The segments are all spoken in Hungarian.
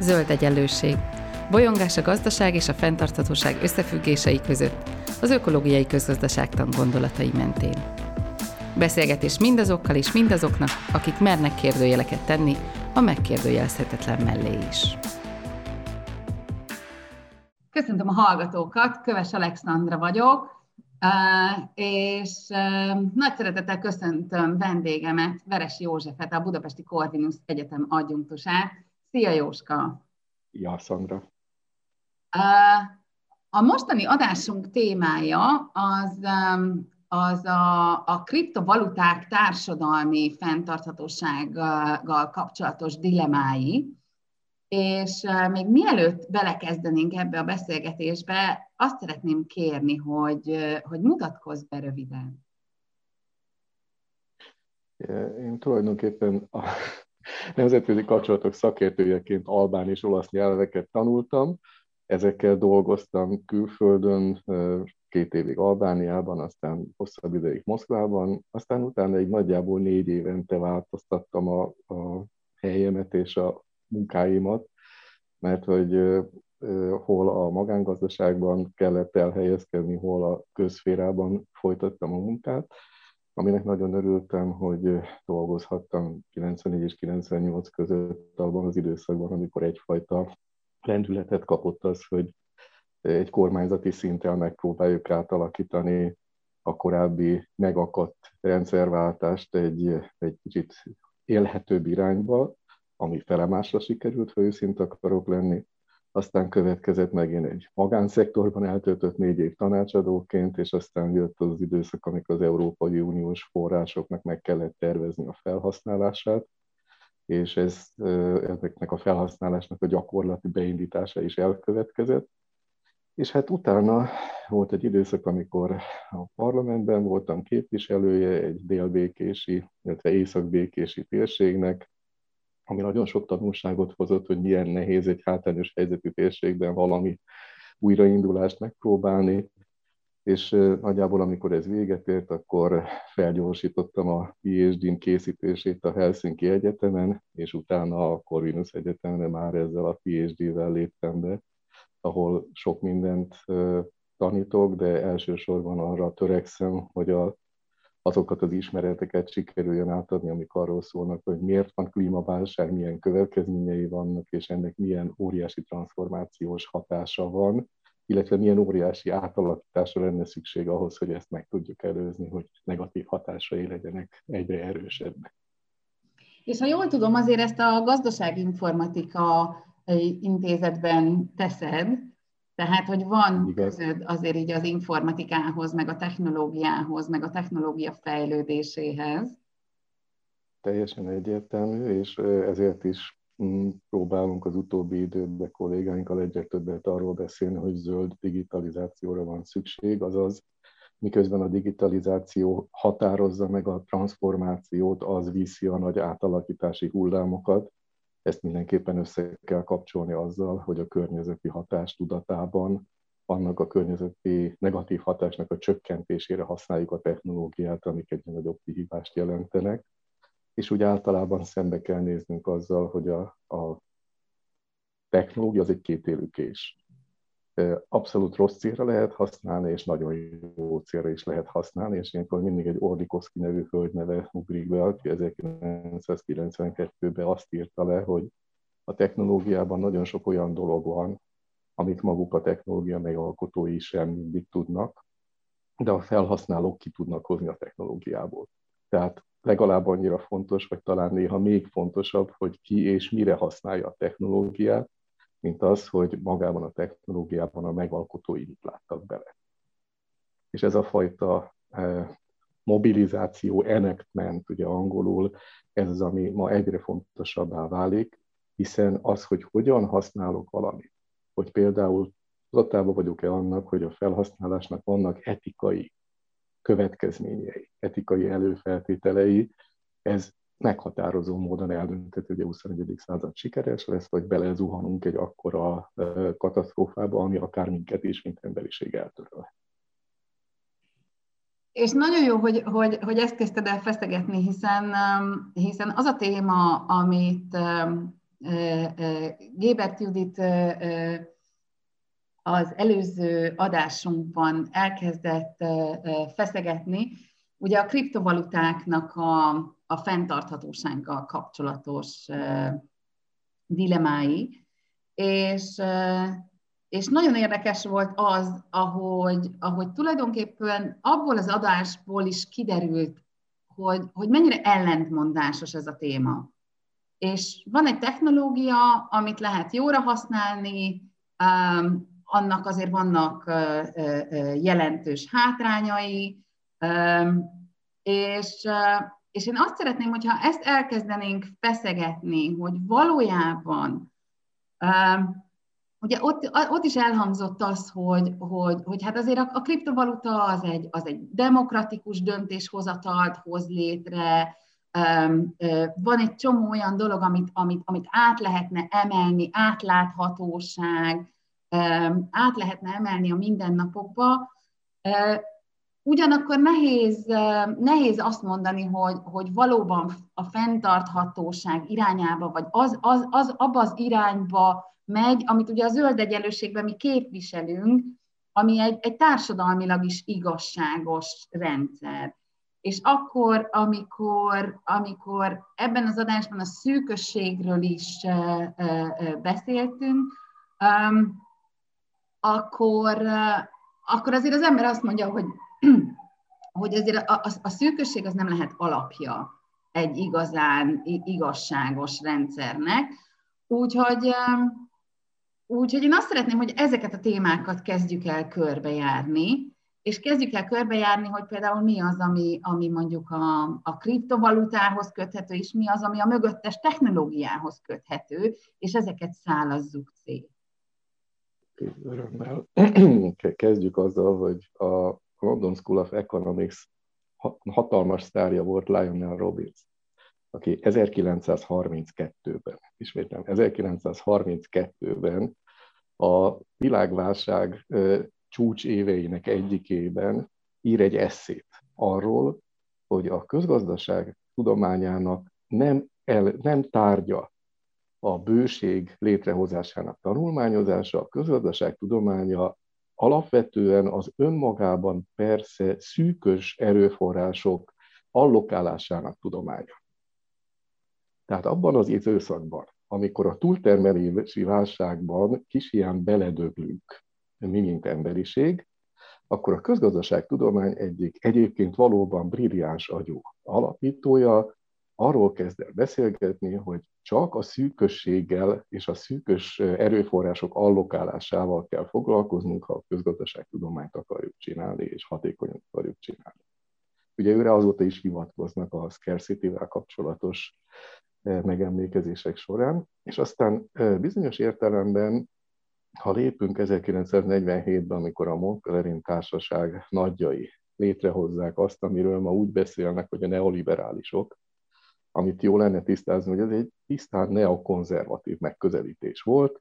Zöld egyenlőség. Bolyongás a gazdaság és a fenntarthatóság összefüggései között, az ökológiai közgazdaságtan gondolatai mentén. Beszélgetés mindazokkal és mindazoknak, akik mernek kérdőjeleket tenni a megkérdőjelezhetetlen mellé is. Köszöntöm a hallgatókat, Köves Alexandra vagyok, és nagy szeretettel köszöntöm vendégemet, Veres Józsefet, a Budapesti Corvinus Egyetem adjunktusát. Szia Jóska! Ja, Szandra! A mostani adásunk témája az a kriptovaluták társadalmi fenntarthatósággal kapcsolatos dilemmái, és még mielőtt belekezdenénk ebbe a beszélgetésbe, azt szeretném kérni, hogy mutatkozz be röviden. Én tulajdonképpen a nemzetközi kapcsolatok szakértőjeként albán és olasz nyelveket tanultam, ezekkel dolgoztam külföldön, 2 évig Albániában, aztán hosszabb ideig Moszkvában, aztán utána egy nagyjából 4 évente változtattam a helyemet és a munkáimat, mert hogy hol a magángazdaságban kellett elhelyezkedni, hol a közszférában folytattam a munkát, aminek nagyon örültem, hogy dolgozhattam 94 és 98 között abban az időszakban, amikor egyfajta lendületet kapott az, hogy egy kormányzati szinten megpróbáljuk átalakítani a korábbi megakadt rendszerváltást egy kicsit élhetőbb irányba, ami felemásra sikerült, ha őszinte akarok lenni. Aztán következett megint egy magánszektorban eltöltött 4 év tanácsadóként, és aztán jött az időszak, amikor az Európai Uniós forrásoknak meg kellett tervezni a felhasználását, és ezeknek a felhasználásnak a gyakorlati beindítása is elkövetkezett. És hát utána volt egy időszak, amikor a parlamentben voltam képviselője egy délbékési, illetve északbékési térségnek, ami nagyon sok tanulságot hozott, hogy milyen nehéz egy hátrányos helyzetű térségben valami újraindulást megpróbálni, és nagyjából amikor ez véget ért, akkor felgyorsítottam a PhD-n készítését a Helsinki Egyetemen, és utána a Corvinus Egyetemre már ezzel a PhD-vel léptem be, ahol sok mindent tanítok, de elsősorban arra törekszem, hogy azokat az ismereteket sikerüljön átadni, amik arról szólnak, hogy miért van klímaválság, milyen következményei vannak, és ennek milyen óriási transformációs hatása van, illetve milyen óriási átalakításra lenne szükség ahhoz, hogy ezt meg tudjuk előzni, hogy negatív hatásai legyenek egyre erősebbek. És ha jól tudom, azért ezt a Gazdaságinformatika Intézetben teszed, tehát, hogy van közöd azért így az informatikához, meg a technológiához, meg a technológia fejlődéséhez. Teljesen egyértelmű, és ezért is próbálunk az utóbbi időben kollégáinkkal egyre többet arról beszélni, hogy zöld digitalizációra van szükség, azaz miközben a digitalizáció határozza meg a transformációt, az viszi a nagy átalakítási hullámokat. Ezt mindenképpen össze kell kapcsolni azzal, hogy a környezeti hatás tudatában, annak a környezeti negatív hatásnak a csökkentésére használjuk a technológiát, amik egy nagyobb kihívást jelentenek. És úgy általában szembe kell néznünk azzal, hogy a technológia az egy kétélű kés. Abszolút rossz célra lehet használni, és nagyon jó célra is lehet használni, és ilyenkor mindig egy Orlikoszki nevű hölgy neve ugrik be, aki 1992-ben azt írta le, hogy a technológiában nagyon sok olyan dolog van, amit maguk a technológia megalkotói sem mindig tudnak, de a felhasználók ki tudnak hozni a technológiából. Tehát legalább annyira fontos, vagy talán néha még fontosabb, hogy ki és mire használja a technológiát, mint az, hogy magában a technológiában a megalkotói mit láttak bele. És ez a fajta mobilizáció, enactment, ugye angolul, ez az, ami ma egyre fontosabbá válik, hiszen az, hogy hogyan használok valamit, hogy például tudatában vagyok-e annak, hogy a felhasználásnak vannak etikai következményei, etikai előfeltételei, ez meghatározó módon eldönthető, hogy a 21. század sikeres lesz, vagy belezuhanunk egy akkora katasztrófába, ami akár minket is, mint emberiség eltöröl. És nagyon jó, hogy ezt kezdted el feszegetni, hiszen az a téma, amit Gébert Judit az előző adásunkban elkezdett feszegetni, ugye a kriptovalutáknak a fenntarthatósággal kapcsolatos dilemái, és nagyon érdekes volt az, ahogy tulajdonképpen abból az adásból is kiderült, hogy mennyire ellentmondásos ez a téma. És van egy technológia, amit lehet jóra használni, annak azért vannak jelentős hátrányai, és én azt szeretném, hogyha ezt elkezdenénk feszegetni, hogy valójában, ugye ott is elhangzott az, hogy hát azért a kriptovaluta az egy demokratikus döntéshozatalt hoz létre, van egy csomó olyan dolog, amit át lehetne emelni, átláthatóság, át lehetne emelni a mindennapokba. Ugyanakkor nehéz azt mondani, hogy valóban a fenntarthatóság irányába, vagy abba az irányba megy, amit ugye a zöld egyenlőségben mi képviselünk, ami egy társadalmilag is igazságos rendszer. És akkor, amikor ebben az adásban a szűkösségről is beszéltünk, akkor azért az ember azt mondja, hogy azért a szűkösség az nem lehet alapja egy igazán igazságos rendszernek. Úgyhogy én azt szeretném, hogy ezeket a témákat kezdjük el körbejárni, és kezdjük el körbejárni, hogy például mi az, ami mondjuk a kriptovalutához köthető, és mi az, ami a mögöttes technológiához köthető, és ezeket szálazzuk szét. Örömmel. Kezdjük azzal, hogy a London School of Economics hatalmas sztárja volt Lionel Robbins, aki 1932-ben, ismétlem, 1932-ben a világválság csúcs éveinek egyikében ír egy esszét arról, hogy a közgazdaság tudományának nem tárgya a bőség létrehozásának tanulmányozása, a közgazdaság tudománya alapvetően az önmagában persze szűkös erőforrások allokálásának tudománya. Tehát abban az időszakban, amikor a túltermelési válságban kishián beledöglünk, mi mint emberiség, akkor a közgazdaságtudomány egyik egyébként valóban brilliáns agyú alapítója arról kezd el beszélgetni, hogy csak a szűkösséggel és a szűkös erőforrások allokálásával kell foglalkoznunk, ha a közgazdaságtudományt akarjuk csinálni, és hatékonyan akarjuk csinálni. Ugye őre azóta is hivatkoznak a scarcity-vel kapcsolatos megemlékezések során, és aztán bizonyos értelemben, ha lépünk 1947-ben, amikor a Mont-Pelerin társaság nagyjai létrehozzák azt, amiről ma úgy beszélnek, hogy a neoliberálisok, amit jó lenne tisztázni, hogy ez egy tisztán neokonzervatív megközelítés volt.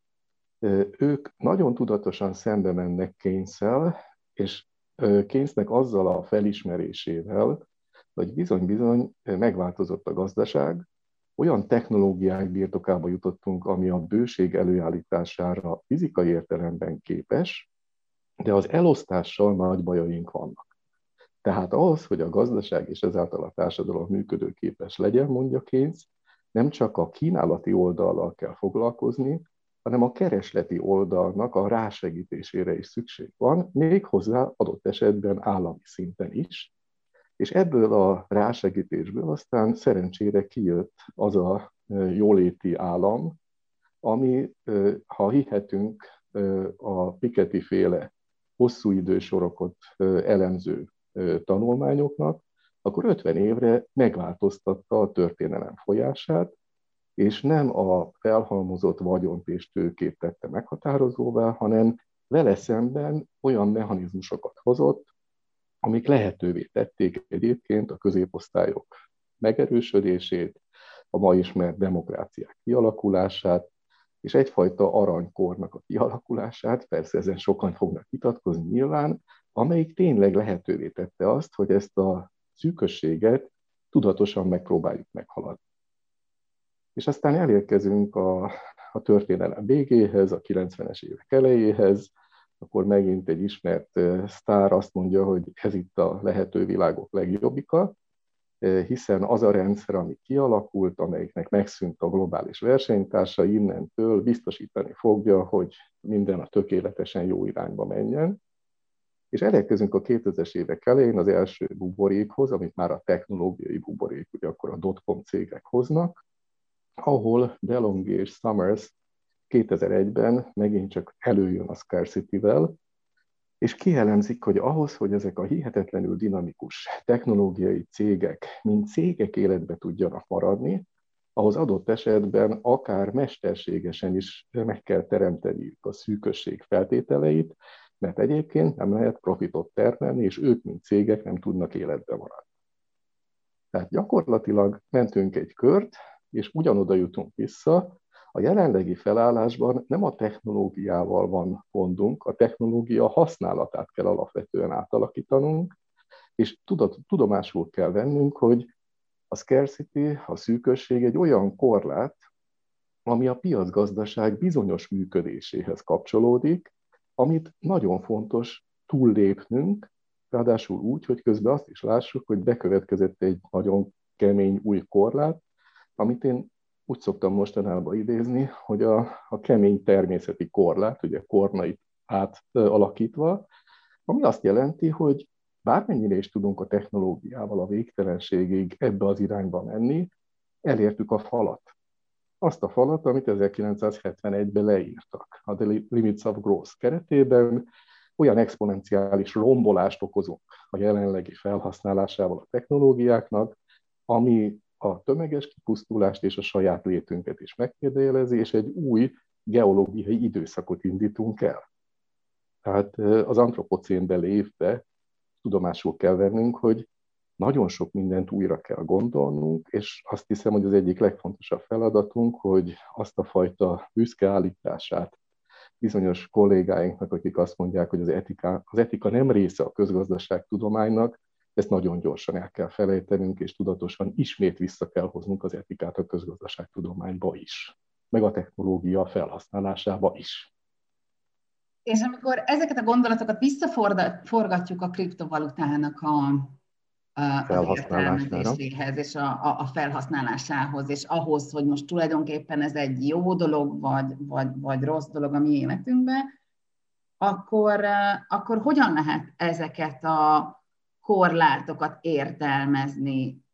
Ők nagyon tudatosan szembe mennek Keynes-szel, és Keynesnek azzal a felismerésével, hogy bizony-bizony megváltozott a gazdaság, olyan technológiák birtokába jutottunk, ami a bőség előállítására fizikai értelemben képes, de az elosztással nagy bajaink vannak. Tehát ahhoz, hogy a gazdaság és ezáltal a társadalom működőképes legyen, mondja Keynes, nem csak a kínálati oldallal kell foglalkozni, hanem a keresleti oldalnak a rásegítésére is szükség van, méghozzá adott esetben állami szinten is. És ebből a rásegítésből aztán szerencsére kijött az a jóléti állam, ami, ha hihetünk a Piketty-féle hosszú idősorokat elemző tanulmányoknak, akkor 50 évre megváltoztatta a történelem folyását, és nem a felhalmozott vagyont és tőkét tette meghatározóvá, hanem vele szemben olyan mechanizmusokat hozott, amik lehetővé tették egyébként a középosztályok megerősödését, a ma ismert demokráciák kialakulását, és egyfajta aranykornak a kialakulását, persze ezen sokan fognak vitatkozni nyilván, amelyik tényleg lehetővé tette azt, hogy ezt a szűkösséget tudatosan megpróbáljuk meghaladni. És aztán elérkezünk a történelem végéhez, a 90-es évek elejéhez, akkor megint egy ismert sztár azt mondja, hogy ez itt a lehető világok legjobbika, hiszen az a rendszer, ami kialakult, amelyiknek megszűnt a globális versenytársa, innentől biztosítani fogja, hogy minden a tökéletesen jó irányba menjen. És elérkezünk a 2000-es évek elején az első buborékhoz, amit már a technológiai buborék, ugye akkor a dotcom cégek hoznak, ahol DeLonghi és Summers 2001-ben megint csak előjön a scarcity-vel, és kielemzik, hogy ahhoz, hogy ezek a hihetetlenül dinamikus technológiai cégek, mint cégek életbe tudjanak maradni, ahhoz adott esetben akár mesterségesen is meg kell teremteniük a szűkösség feltételeit, mert egyébként nem lehet profitot termelni, és ők, mint cégek nem tudnak életbe maradni. Tehát gyakorlatilag mentünk egy kört, és ugyanoda jutunk vissza. A jelenlegi felállásban nem a technológiával van gondunk, a technológia használatát kell alapvetően átalakítanunk, és tudomásul kell vennünk, hogy a scarcity, a szűkösség egy olyan korlát, ami a piacgazdaság bizonyos működéséhez kapcsolódik, amit nagyon fontos túllépnünk, ráadásul úgy, hogy közben azt is lássuk, hogy bekövetkezett egy nagyon kemény új korlát, amit én úgy szoktam mostanában idézni, hogy a kemény természeti korlát, ugye kornait átalakítva, ami azt jelenti, hogy bármennyire is tudunk a technológiával a végtelenségig ebbe az irányba menni, elértük a falat. Azt a falat, amit 1971-ben leírtak. A The Limits of Growth keretében olyan exponenciális rombolást okozunk a jelenlegi felhasználásával a technológiáknak, ami a tömeges kipusztulást és a saját létünket is megkérdőjelezi, és egy új geológiai időszakot indítunk el. Tehát az antropocénbe lépve tudomásul kell vennünk, hogy nagyon sok mindent újra kell gondolnunk, és azt hiszem, hogy az egyik legfontosabb feladatunk, hogy azt a fajta büszke állítását bizonyos kollégáinknak, akik azt mondják, hogy az etika nem része a közgazdaságtudománynak, ezt nagyon gyorsan el kell felejtenünk, és tudatosan ismét vissza kell hoznunk az etikát a közgazdaságtudományba is, meg a technológia felhasználásába is. És amikor ezeket a gondolatokat visszaforgatjuk a kriptovalutának az értelmezéséhez és a felhasználásához, és ahhoz, hogy most tulajdonképpen ez egy jó dolog, vagy rossz dolog a mi életünkben, akkor hogyan lehet ezeket a korlátokat értelmezni,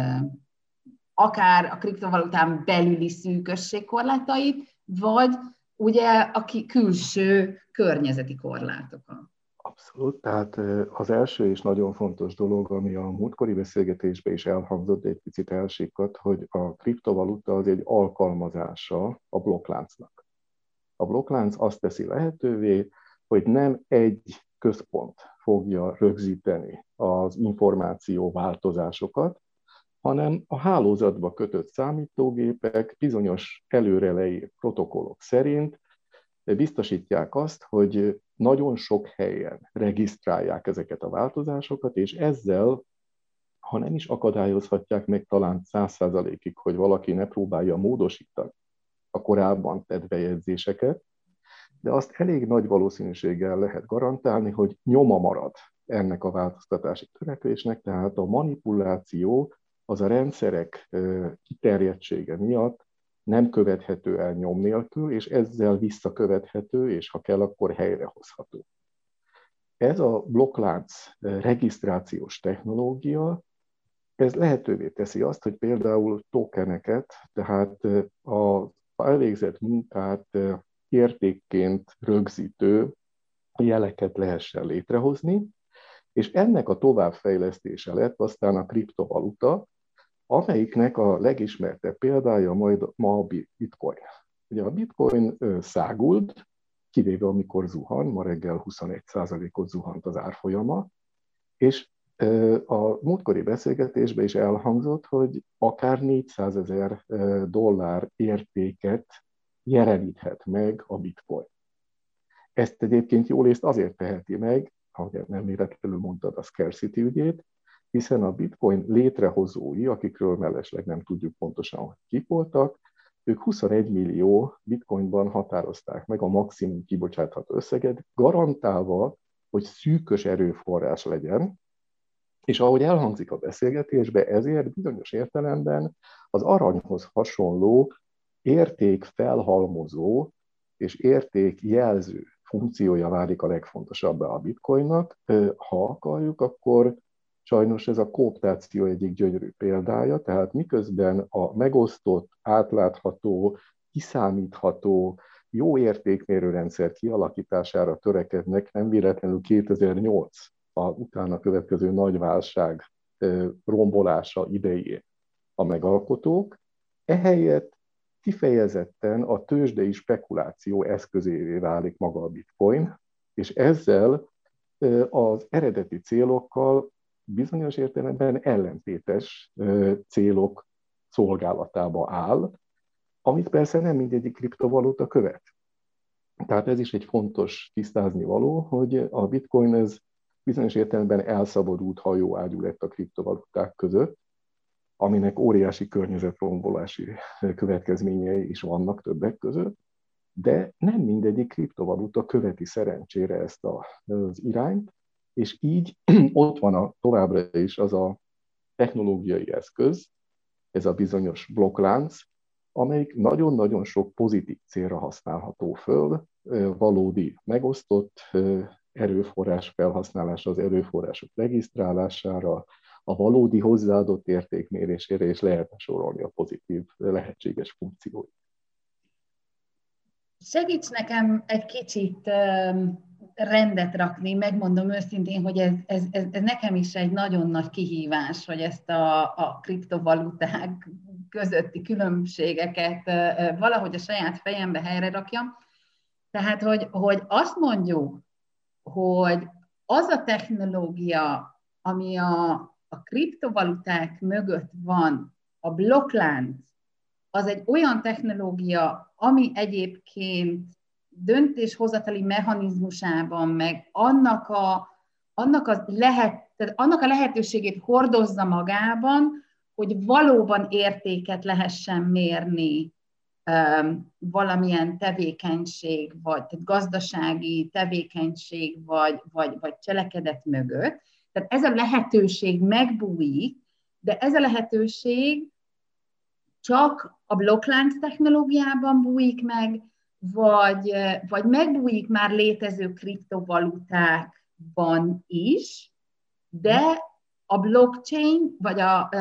akár a kriptovalután belüli szűkösség korlátait, vagy ugye a külső környezeti korlátokat? Abszolút, tehát az első és nagyon fontos dolog, ami a múltkori beszélgetésben is elhangzott, de egy picit elsikadt, hogy a kriptovaluta az egy alkalmazása a blokkláncnak. A blokklánc azt teszi lehetővé, hogy nem egy központ fogja rögzíteni az információ változásokat, hanem a hálózatba kötött számítógépek bizonyos előre leírt protokollok szerint biztosítják azt, hogy nagyon sok helyen regisztrálják ezeket a változásokat, és ezzel, ha nem is akadályozhatják meg talán 100%-ig, hogy valaki ne próbálja módosítani a korábban tett bejegyzéseket, de azt elég nagy valószínűséggel lehet garantálni, hogy nyoma marad ennek a változtatási törekvésnek, tehát a manipuláció az a rendszerek kiterjedtsége miatt nem követhető el nyom nélkül, és ezzel visszakövethető, és ha kell, akkor helyrehozható. Ez a blokklánc regisztrációs technológia, ez lehetővé teszi azt, hogy például tokeneket, tehát az elvégzett munkát értékként rögzítő jeleket lehessen létrehozni, és ennek a továbbfejlesztése lett aztán a kriptovaluta, amelyiknek a legismertebb példája majd ma a bitcoin. Ugye a bitcoin szágult, kivéve amikor zuhan, ma reggel 21%-ot zuhant az árfolyama, és a múltkori beszélgetésben is elhangzott, hogy akár $400,000 értéket jeleníthet meg a bitcoin. Ezt egyébként jól részt azért teheti meg, ahogy nem véletlenül mondtad a scarcity ügyét, hiszen a bitcoin létrehozói, akikről mellesleg nem tudjuk pontosan, hogy kik voltak, ők 21 millió bitcoinban határozták meg a maximum kibocsátható összeget, garantálva, hogy szűkös erőforrás legyen, és ahogy elhangzik a beszélgetésbe, ezért bizonyos értelemben az aranyhoz hasonló értékfelhalmozó és értékjelző funkciója válik a legfontosabbá a bitcoinnak. Ha akarjuk, akkor sajnos ez a kooptáció egyik gyönyörű példája, tehát miközben a megosztott, átlátható, kiszámítható, jó értékmérőrendszer kialakítására törekednek, nem véletlenül 2008 a utána következő nagy válság rombolása idején a megalkotók, ehelyett kifejezetten a tőzsdei spekuláció eszközévé válik maga a bitcoin, és ezzel az eredeti célokkal bizonyos értelemben ellentétes célok szolgálatába áll, amit persze nem mindegyik kriptovaluta követ. Tehát ez is egy fontos tisztázni való, hogy a bitcoin ez bizonyos értelemben elszabadult hajóágyú lett a kriptovaluták között, aminek óriási környezetrombolási következményei is vannak többek között, de nem mindegyik kriptovaluta követi szerencsére ezt az irányt, és így ott van továbbra is az a technológiai eszköz, ez a bizonyos blokklánc, amelyik nagyon-nagyon sok pozitív célra használható föl, valódi megosztott erőforrás felhasználása, az erőforrások regisztrálására, a valódi hozzáadott értékmérésére, és lehetne sorolni a pozitív lehetséges funkcióit. Segíts nekem egy kicsit rendet rakni, megmondom őszintén, hogy ez nekem is egy nagyon nagy kihívás, hogy ezt a kriptovaluták közötti különbségeket valahogy a saját fejembe helyre rakjam. Tehát, hogy azt mondjuk, hogy az a technológia, ami a kriptovaluták mögött van, a blokklánc, az egy olyan technológia, ami egyébként döntéshozatali mechanizmusában, meg annak a lehetőségét hordozza magában, hogy valóban értéket lehessen mérni valamilyen tevékenység, vagy gazdasági tevékenység, vagy cselekedet mögött. Tehát ez a lehetőség megbújik, de ez a lehetőség csak a blokklánc technológiában bújik meg, vagy megbújik már létező kriptovalutákban is, de a blockchain, vagy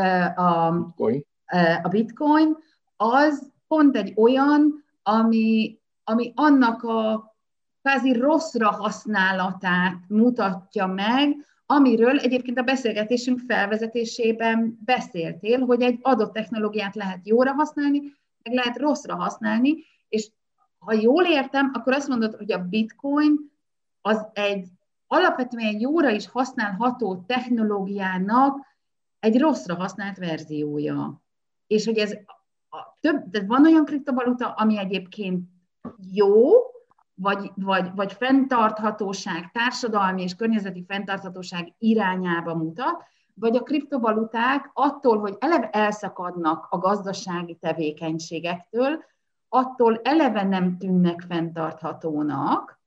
a bitcoin, az pont egy olyan, ami annak a kvázi rosszra használatát mutatja meg, amiről egyébként a beszélgetésünk felvezetésében beszéltél, hogy egy adott technológiát lehet jóra használni, meg lehet rosszra használni, és ha jól értem, akkor azt mondod, hogy a bitcoin az egy alapvetően jóra is használható technológiának egy rosszra használt verziója. És hogy ez de van olyan kriptovaluta, ami egyébként jó, vagy fenntarthatóság, társadalmi és környezeti fenntarthatóság irányába mutat, vagy a kriptovaluták attól, hogy eleve elszakadnak a gazdasági tevékenységektől, attól eleve nem tűnnek fenntarthatónak,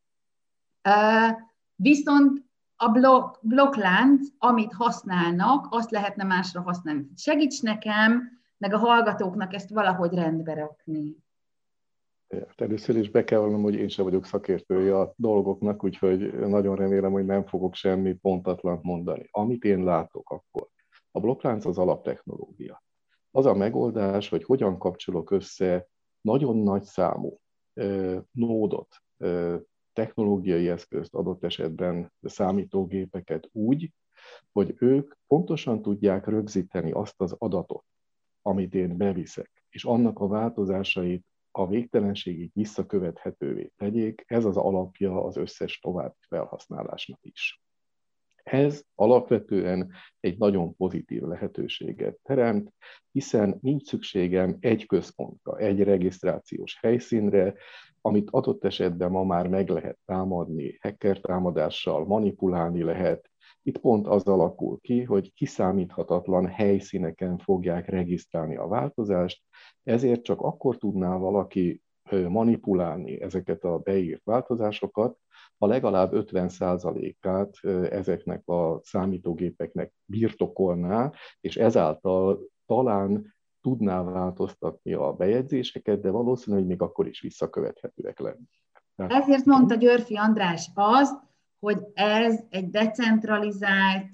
viszont a blokklánc, amit használnak, azt lehetne másra használni. Segíts nekem, meg a hallgatóknak ezt valahogy rendbe rakni. Először is be kell vallanom, hogy én sem vagyok szakértője a dolgoknak, úgyhogy nagyon remélem, hogy nem fogok semmi pontatlant mondani. Amit én látok akkor, a blokklánc az alaptechnológia. Az a megoldás, hogy hogyan kapcsolok össze nagyon nagy számú nódot, technológiai eszközt, adott esetben számítógépeket úgy, hogy ők pontosan tudják rögzíteni azt az adatot, amit én beviszek, és annak a változásait a végtelenségig visszakövethetővé tegyék, ez az alapja az összes további felhasználásnak is. Ez alapvetően egy nagyon pozitív lehetőséget teremt, hiszen nincs szükségem egy központra, egy regisztrációs helyszínre, amit adott esetben ma már meg lehet támadni, hacker támadással manipulálni lehet, Itt pont az alakul ki, hogy kiszámíthatatlan helyszíneken fogják regisztrálni a változást, ezért csak akkor tudná valaki manipulálni ezeket a beírt változásokat, ha legalább 50%-át ezeknek a számítógépeknek birtokolná, és ezáltal talán tudná változtatni a bejegyzéseket, de valószínűleg még akkor is visszakövethetőek lennének. Ezért mondta Györffy András azt, hogy ez egy decentralizált,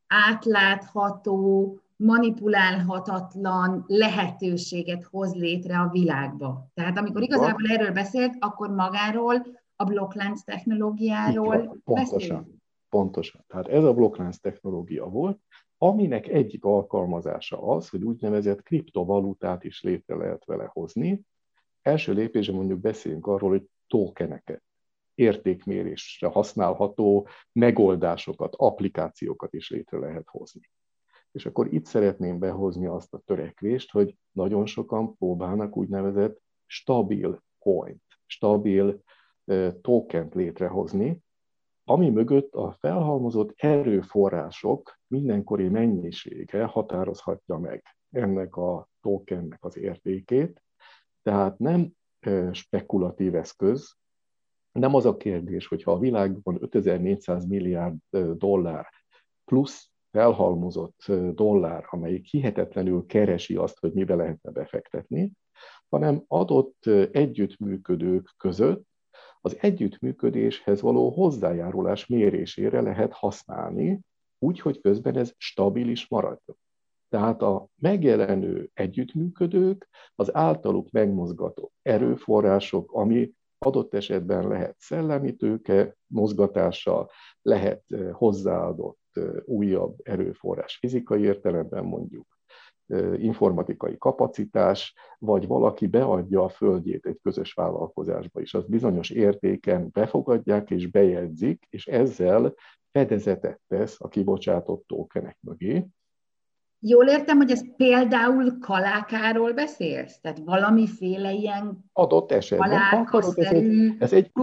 átlátható, manipulálhatatlan lehetőséget hoz létre a világba. Tehát amikor igazából erről beszélt, akkor magáról, a blokklánc technológiáról beszélt. Pontosan. Tehát ez a blokklánc technológia volt, aminek egyik alkalmazása az, hogy úgynevezett kriptovalutát is létre lehet vele hozni. Első lépésben mondjuk beszéljünk arról, hogy tokeneket, értékmérésre használható megoldásokat, applikációkat is létre lehet hozni. És akkor itt szeretném behozni azt a törekvést, hogy nagyon sokan próbálnak úgynevezett stabil coint, stabil tokent létrehozni, ami mögött a felhalmozott erőforrások mindenkori mennyisége határozhatja meg ennek a tokennek az értékét. Tehát nem spekulatív eszköz, nem az a kérdés, hogyha a világban 5400 milliárd dollár plusz felhalmozott dollár, amelyik hihetetlenül keresi azt, hogy mibe lehetne befektetni, hanem adott együttműködők között az együttműködéshez való hozzájárulás mérésére lehet használni, úgy, hogy közben ez stabil is maradjon. Tehát a megjelenő együttműködők, az általuk megmozgatott erőforrások, ami adott esetben lehet szellemi tőke mozgatása, lehet hozzáadott újabb erőforrás fizikai értelemben mondjuk, informatikai kapacitás, vagy valaki beadja a földjét egy közös vállalkozásba is, az bizonyos értéken befogadják és bejegyzik, és ezzel fedezetet tesz a kibocsátott tokenek mögé. Jól értem, hogy ez például kalákáról beszélsz? Tehát valamiféle ilyen adott esetben, ez egy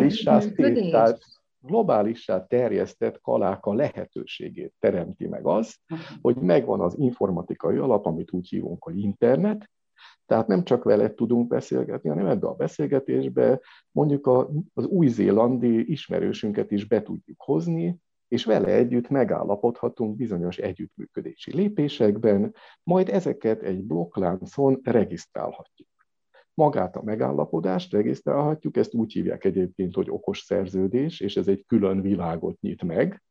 globálissá terjesztett kaláka lehetőségét teremti meg az, hogy megvan az informatikai alap, amit úgy hívunk, hogy internet, tehát nem csak vele tudunk beszélgetni, hanem ebbe a beszélgetésbe mondjuk az új-zélandi ismerősünket is be tudjuk hozni, és vele együtt megállapodhatunk bizonyos együttműködési lépésekben, majd ezeket egy blokkláncon regisztrálhatjuk. Magát a megállapodást regisztrálhatjuk, ezt úgy hívják egyébként, hogy okos szerződés, és ez egy külön világot nyit meg,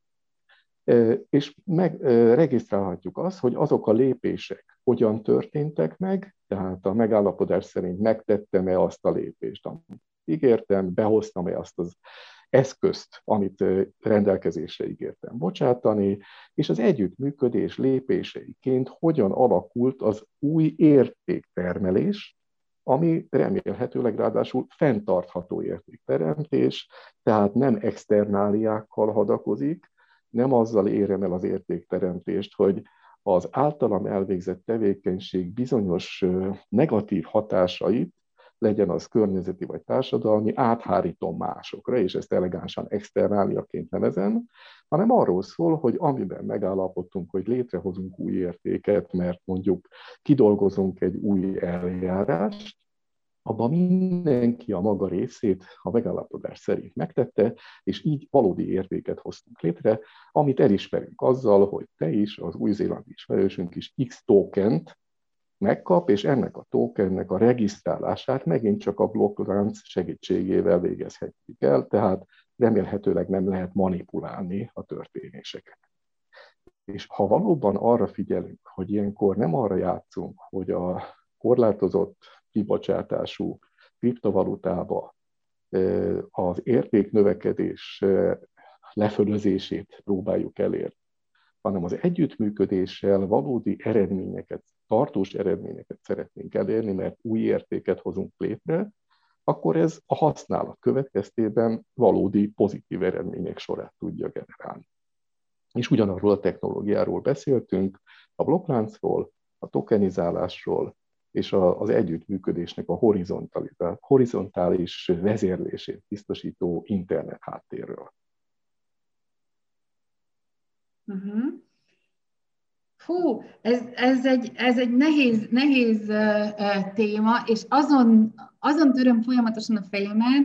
és regisztrálhatjuk azt, hogy azok a lépések hogyan történtek meg, tehát a megállapodás szerint megtettem-e azt a lépést, amit ígértem, behoztam-e azt az eszközt, amit rendelkezésre ígértem bocsátani, és az együttműködés lépéseiként hogyan alakult az új értéktermelés, ami remélhetőleg ráadásul fenntartható értékteremtés, tehát nem externáliákkal hadakozik, nem azzal érem el az értékteremtést, hogy az általam elvégzett tevékenység bizonyos negatív hatásait, legyen az környezeti vagy társadalmi, áthárítom másokra, és ezt elegánsan externáliaként nevezem, hanem arról szól, hogy amiben megállapodtunk, hogy létrehozunk új értéket, mert mondjuk kidolgozunk egy új eljárást, abban mindenki a maga részét a megállapodás szerint megtette, és így valódi értéket hoztunk létre, amit elismerünk azzal, hogy te is, az új-zélandi ismerősünk is X tokent megkap, és ennek a tokennek a regisztrálását megint csak a blokklánc segítségével végezhetjük el, tehát remélhetőleg nem lehet manipulálni a történéseket. És ha valóban arra figyelünk, hogy ilyenkor nem arra játszunk, hogy a korlátozott kibocsátású kriptovalutába az értéknövekedés lefölözését próbáljuk elérni, hanem az együttműködéssel valódi eredményeket, tartós eredményeket szeretnénk elérni, mert új értéket hozunk létre, akkor ez a használat következtében valódi pozitív eredmények sorát tudja generálni. És ugyanarról a technológiáról beszéltünk, a blokkláncról, a tokenizálásról, és az együttműködésnek a horizontális vezérlését biztosító internet háttérről. Fú, ez egy nehéz téma, és azon töröm folyamatosan a fejemet,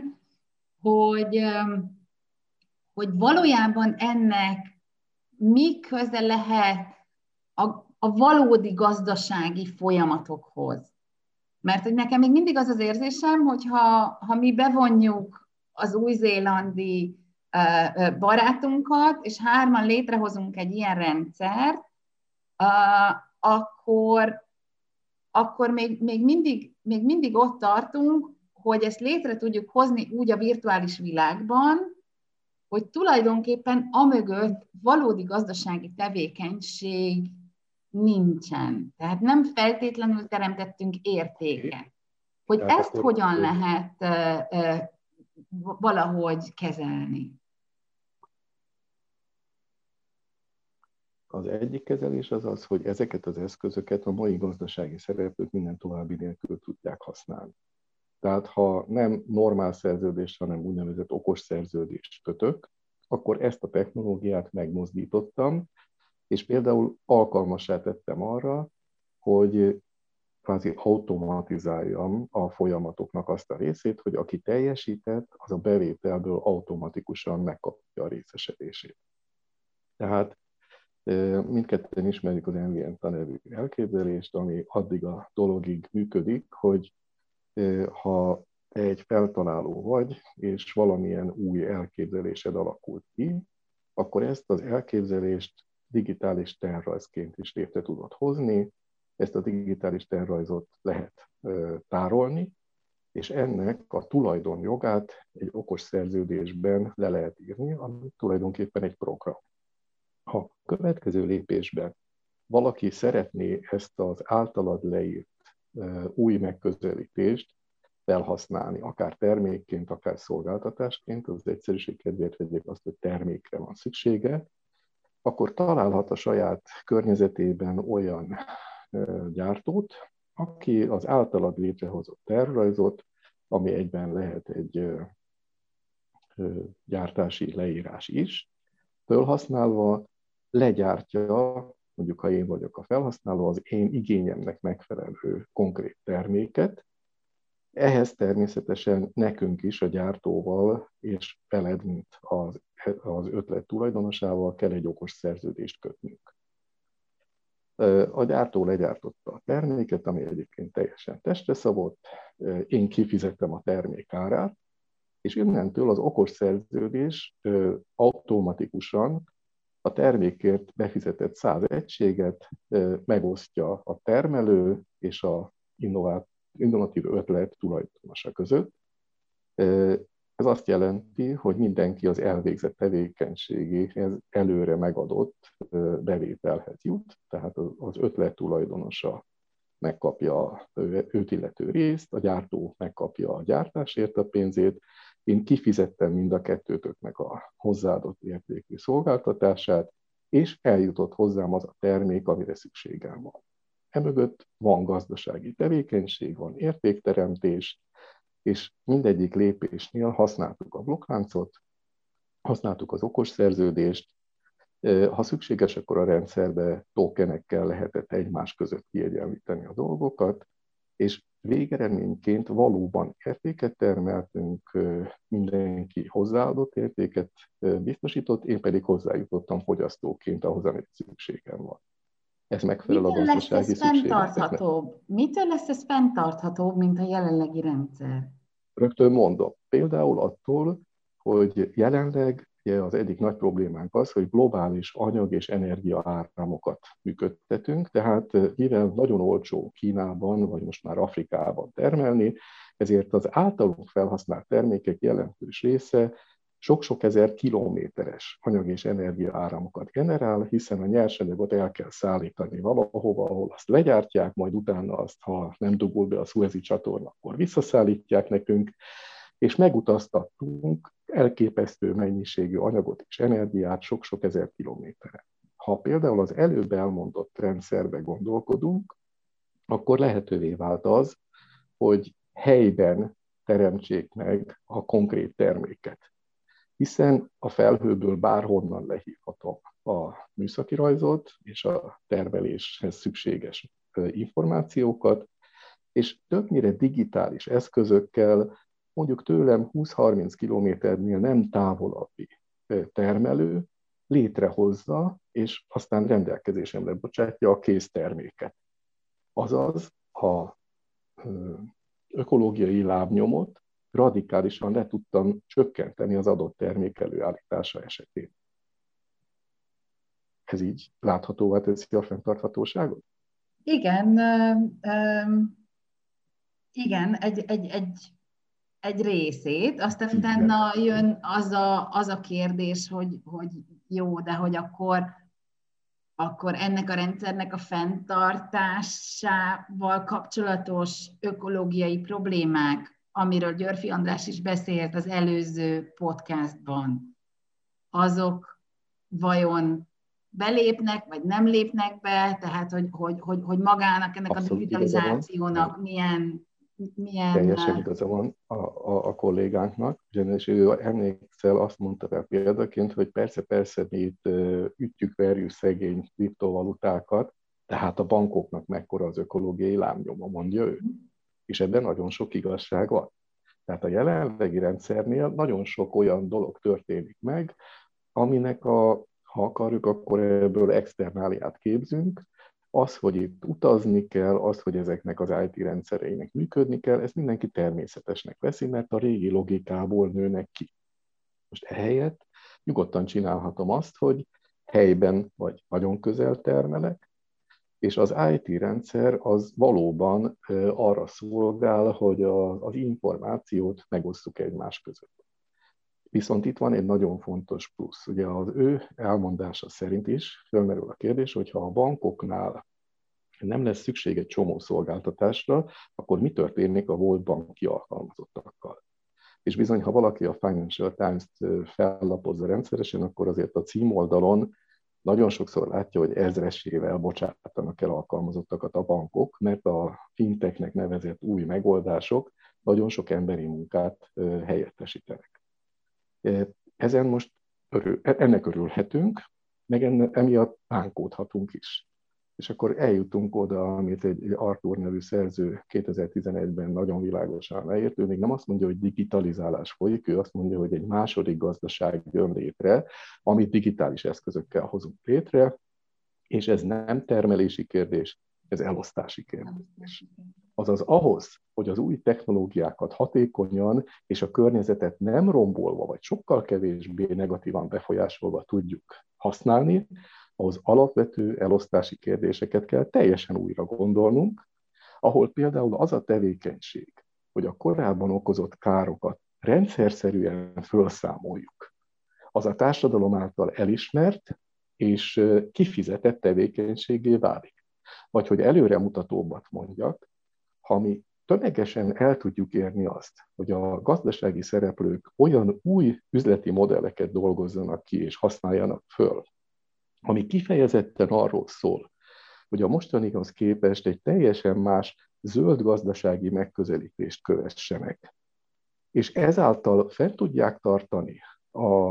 hogy valójában ennek mi köze lehet a valódi gazdasági folyamatokhoz. Mert hogy nekem még mindig az az érzésem, hogy ha mi bevonjuk az új-zélandi barátunkat, és hárman létrehozunk egy ilyen rendszert, akkor még mindig ott tartunk, hogy ezt létre tudjuk hozni úgy a virtuális világban, hogy tulajdonképpen amögött valódi gazdasági tevékenység nincsen. Tehát nem feltétlenül teremtettünk értéket. Hogy ezt hogyan lehet valahogy kezelni? Az egyik kezelés az az, hogy ezeket az eszközöket a mai gazdasági szereplők minden további nélkül tudják használni. Tehát ha nem normál szerződést, hanem úgynevezett okos szerződést kötök, akkor ezt a technológiát megmozdítottam, és például alkalmassá tettem arra, hogy kvázi automatizáljam a folyamatoknak azt a részét, hogy aki teljesített, az a bevételből automatikusan megkapja a részesedését. Tehát mindketten ismerjük az Envienta nevű elképzelést, ami addig a dologig működik, hogy ha te egy feltaláló vagy, és valamilyen új elképzelésed alakult ki, akkor ezt az elképzelést digitális tervrajzként is létre tudod hozni, ezt a digitális tervrajzot lehet tárolni, és ennek a tulajdonjogát egy okos szerződésben le lehet írni, ami tulajdonképpen egy program. Ha a következő lépésben valaki szeretné ezt az általad leírt új megközelítést felhasználni, akár termékként, akár szolgáltatásként, az egyszerűség kedvéért vegyék azt, hogy termékre van szüksége, akkor találhat a saját környezetében olyan gyártót, aki az általad létrehozott tervrajzot, ami egyben lehet egy gyártási leírás is, felhasználva legyártja, mondjuk ha én vagyok a felhasználó, az én igényemnek megfelelő konkrét terméket. Ehhez természetesen nekünk is a gyártóval és veled, mint az ötlet tulajdonosával kell egy okos szerződést kötnünk. A gyártó legyártotta a terméket, ami egyébként teljesen testre szabott, én kifizettem a termék árát, és innentől az okos szerződés automatikusan a termékért befizetett 100 egységet megosztja a termelő és a innovatív ötlet tulajdonosa között. Ez azt jelenti, hogy mindenki az elvégzett tevékenységéhez előre megadott bevételhez jut, tehát az ötlet tulajdonosa megkapja őt illető részt, a gyártó megkapja a gyártásért a pénzét, én kifizettem mind a kettőtöknek a hozzáadott értékű szolgáltatását, és eljutott hozzám az a termék, amire szükségem van. Emögött van gazdasági tevékenység, van értékteremtés, és mindegyik lépésnél használtuk a blokkláncot, használtuk az okos szerződést, ha szükséges, akkor a rendszerbe tokenekkel lehetett egymás között kiegyenlíteni a dolgokat, és végeredményként valóban értéket termeltünk, mindenki hozzáadott értéket biztosított, én pedig hozzájutottam fogyasztóként ahhoz, amit szükségem van. Ez megfelel a gazdasági szükségleteknek. Mitől lesz ez fenntarthatóbb, mint a jelenlegi rendszer? Rögtön mondom. Például attól, hogy jelenleg az egyik nagy problémánk az, hogy globális anyag- és energiaáramokat működtetünk, tehát mivel nagyon olcsó Kínában, vagy most már Afrikában termelni, ezért az általunk felhasznált termékek jelentős része sok-sok ezer kilométeres anyag- és energiaáramokat generál, hiszen a nyersanyagot el kell szállítani valahova, ahol azt legyártják, majd utána azt, ha nem dugul be a Szuezi csatorna, akkor visszaszállítják nekünk, és megutaztattunk elképesztő mennyiségű anyagot és energiát sok-sok ezer kilométeren. Ha például az előbb elmondott rendszerbe gondolkodunk, akkor lehetővé vált az, hogy helyben teremtsék meg a konkrét terméket. Hiszen a felhőből bárhonnan lehívhatom a műszaki rajzot és a termeléshez szükséges információkat, és többnyire digitális eszközökkel, mondjuk tőlem 20-30 kilométernél nem távolabbi termelő létrehozza, és aztán rendelkezésemre bocsátja a készterméket. Azaz, a ökológiai lábnyomot radikálisan le tudtam csökkenteni az adott termék előállítása esetén. Ez így láthatóvá teszi a fenntarthatóságot? Igen, igen, egy részét, aztán utána jön az a kérdés, hogy jó, de hogy akkor ennek a rendszernek a fenntartásával kapcsolatos ökológiai problémák, amiről Györfi András is beszélt az előző podcastban, azok vajon belépnek, vagy nem lépnek be, tehát hogy magának ennek abszolút a digitalizációnak milyen... Teljesen igaza van a kollégánknak, ugyanis ő emlékszel, azt mondta el példaként, hogy persze mi itt ütjük-verjük szegény kriptovalutákat, tehát a bankoknak mekkora az ökológiai lábnyoma, mondja ő. És ebben nagyon sok igazság van. Tehát a jelenlegi rendszernél nagyon sok olyan dolog történik meg, aminek ha akarjuk, akkor ebből externáliát képzünk. Az, hogy itt utazni kell, az, hogy ezeknek az IT rendszereinek működni kell, ezt mindenki természetesnek veszi, mert a régi logikából nőnek ki. Most ehelyett nyugodtan csinálhatom azt, hogy helyben vagy nagyon közel termelek, és az IT rendszer az valóban arra szolgál, hogy az információt megosztjuk egymás között. Viszont itt van egy nagyon fontos plusz. Ugye az ő elmondása szerint is felmerül a kérdés, hogy ha a bankoknál nem lesz szükség egy csomó szolgáltatásra, akkor mi történik a volt banki alkalmazottakkal? És bizony, ha valaki a Financial Times-t fellapozza rendszeresen, akkor azért a címoldalon nagyon sokszor látja, hogy ezresével bocsátanak el alkalmazottakat a bankok, mert a fintechnek nevezett új megoldások nagyon sok emberi munkát helyettesítenek. Ezen most ennek örülhetünk, meg emiatt bánkódhatunk is. És akkor eljutunk oda, amit egy Arthur nevű szerző 2011-ben nagyon világosan leírt. Ő még nem azt mondja, hogy digitalizálás folyik, ő azt mondja, hogy egy második gazdaság jön létre, amit digitális eszközökkel hozunk létre, és ez nem termelési kérdés, ez elosztási kérdés. Azaz ahhoz, hogy az új technológiákat hatékonyan és a környezetet nem rombolva, vagy sokkal kevésbé negatívan befolyásolva tudjuk használni, ahhoz alapvető elosztási kérdéseket kell teljesen újra gondolnunk, ahol például az a tevékenység, hogy a korábban okozott károkat rendszerszerűen felszámoljuk, az a társadalom által elismert és kifizetett tevékenységé válik. Vagy hogy előremutatóbbat mondjak, ha mi tömegesen el tudjuk érni azt, hogy a gazdasági szereplők olyan új üzleti modelleket dolgozzanak ki és használjanak föl, ami kifejezetten arról szól, hogy a mostanihoz képest egy teljesen más zöld gazdasági megközelítést kövessenek. És ezáltal fent tudják tartani a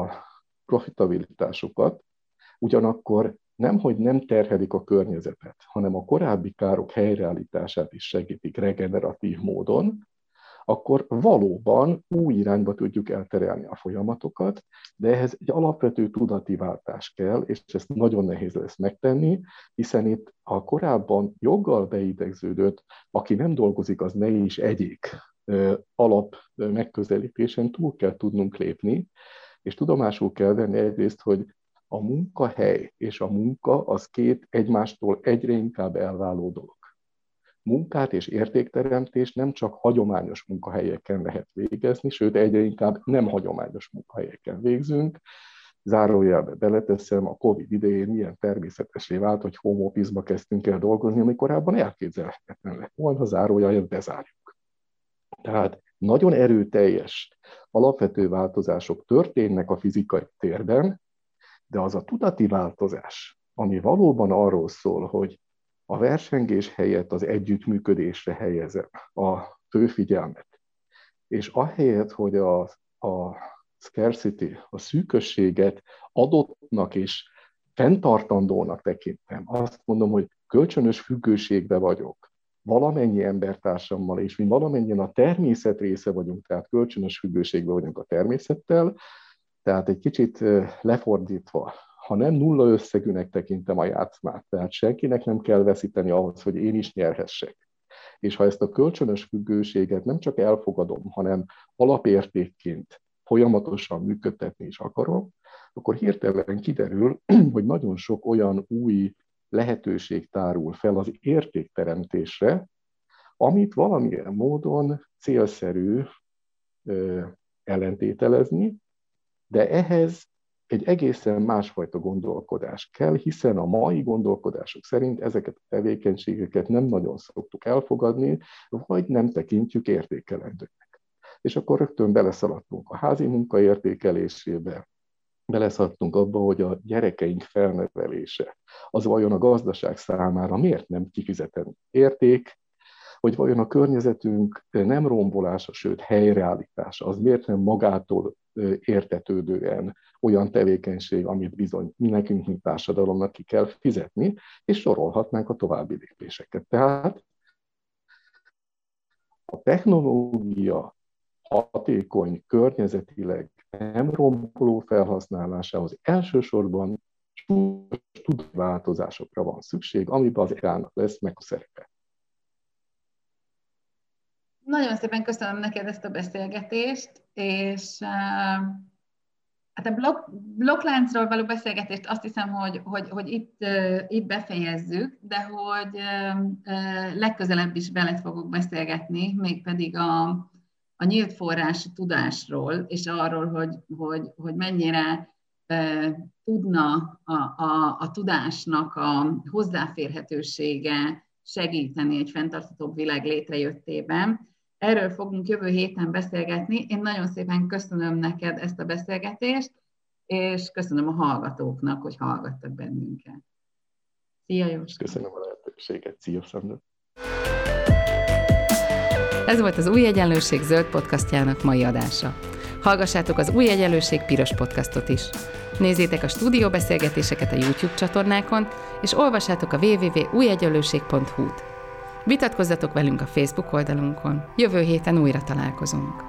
profitabilitásukat, ugyanakkor nemhogy nem terhelik a környezetet, hanem a korábbi károk helyreállítását is segítik regeneratív módon, akkor valóban új irányba tudjuk elterelni a folyamatokat, de ehhez egy alapvető tudati váltás kell, és ezt nagyon nehéz lesz megtenni, hiszen itt a korábban joggal beidegződött, aki nem dolgozik, az ne is egyik alap megközelítésen túl kell tudnunk lépni, és tudomásul kell venni egyrészt, hogy a munkahely és a munka az két egymástól egyre inkább elváló dolog. Munkát és értékteremtést nem csak hagyományos munkahelyeken lehet végezni, sőt egyre inkább nem hagyományos munkahelyeken végzünk. Zárójelbe beleteszem, a Covid idején milyen természetesé vált, hogy home office-ba kezdtünk el dolgozni, ami korábban elképzelhetetlen lett volna, zárójelet bezárjuk. Tehát nagyon erőteljes alapvető változások történnek a fizikai térben, de az a tudati változás, ami valóban arról szól, hogy a versengés helyett az együttműködésre helyezem a főfigyelmet. És ahelyett, hogy a scarcity, a szűkösséget adottnak és fenntartandónak tekintem, azt mondom, hogy kölcsönös függőségbe vagyok valamennyi embertársammal, és mi valamennyien a természet része vagyunk, tehát kölcsönös függőségbe vagyunk a természettel, tehát egy kicsit lefordítva, ha nem nulla összegűnek tekintem a játszmát, tehát senkinek nem kell veszíteni ahhoz, hogy én is nyerhessek. És ha ezt a kölcsönös függőséget nem csak elfogadom, hanem alapértékként folyamatosan működtetni is akarom, akkor hirtelen kiderül, hogy nagyon sok olyan új lehetőség tárul fel az értékteremtésre, amit valamilyen módon célszerű ellentételezni, de ehhez egy egészen másfajta gondolkodás kell, hiszen a mai gondolkodások szerint ezeket a tevékenységeket nem nagyon szoktuk elfogadni, vagy nem tekintjük értékelendőnek. És akkor rögtön beleszaladtunk a házi munka értékelésébe, beleszaladtunk abba, hogy a gyerekeink felnevelése az vajon a gazdaság számára miért nem kifizetendő érték, hogy vajon a környezetünk nem rombolása, sőt helyreállítása, az miért nem magától értetődően olyan tevékenység, amit bizony mi nekünk, mint társadalomnak ki kell fizetni, és sorolhatnánk a további lépéseket. Tehát a technológia hatékony, környezetileg nem romboló felhasználásához elsősorban tudatváltozásokra van szükség, amiben az AI-nak lesz meg a szerepe. Nagyon szépen köszönöm neked ezt a beszélgetést, és hát a blokkláncról való beszélgetést azt hiszem, hogy itt befejezzük, de hogy legközelebb is veled fogok beszélgetni, mégpedig a nyílt forrású tudásról, és arról, hogy mennyire tudna a tudásnak a hozzáférhetősége segíteni egy fenntarthatóbb világ létrejöttében. Erről fogunk jövő héten beszélgetni. Én nagyon szépen köszönöm neked ezt a beszélgetést, és köszönöm a hallgatóknak, hogy hallgattak bennünket. Szia, Jóska! Köszönöm a lehetőséget. Szia, Sandra! Ez volt az Új Egyenlőség zöld podcastjának mai adása. Hallgassátok az Új Egyenlőség piros podcastot is. Nézzétek a stúdióbeszélgetéseket a YouTube csatornákon, és olvassátok a www.újegyenlőség.hu-t. Vitatkozzatok velünk a Facebook oldalunkon. Jövő héten újra találkozunk.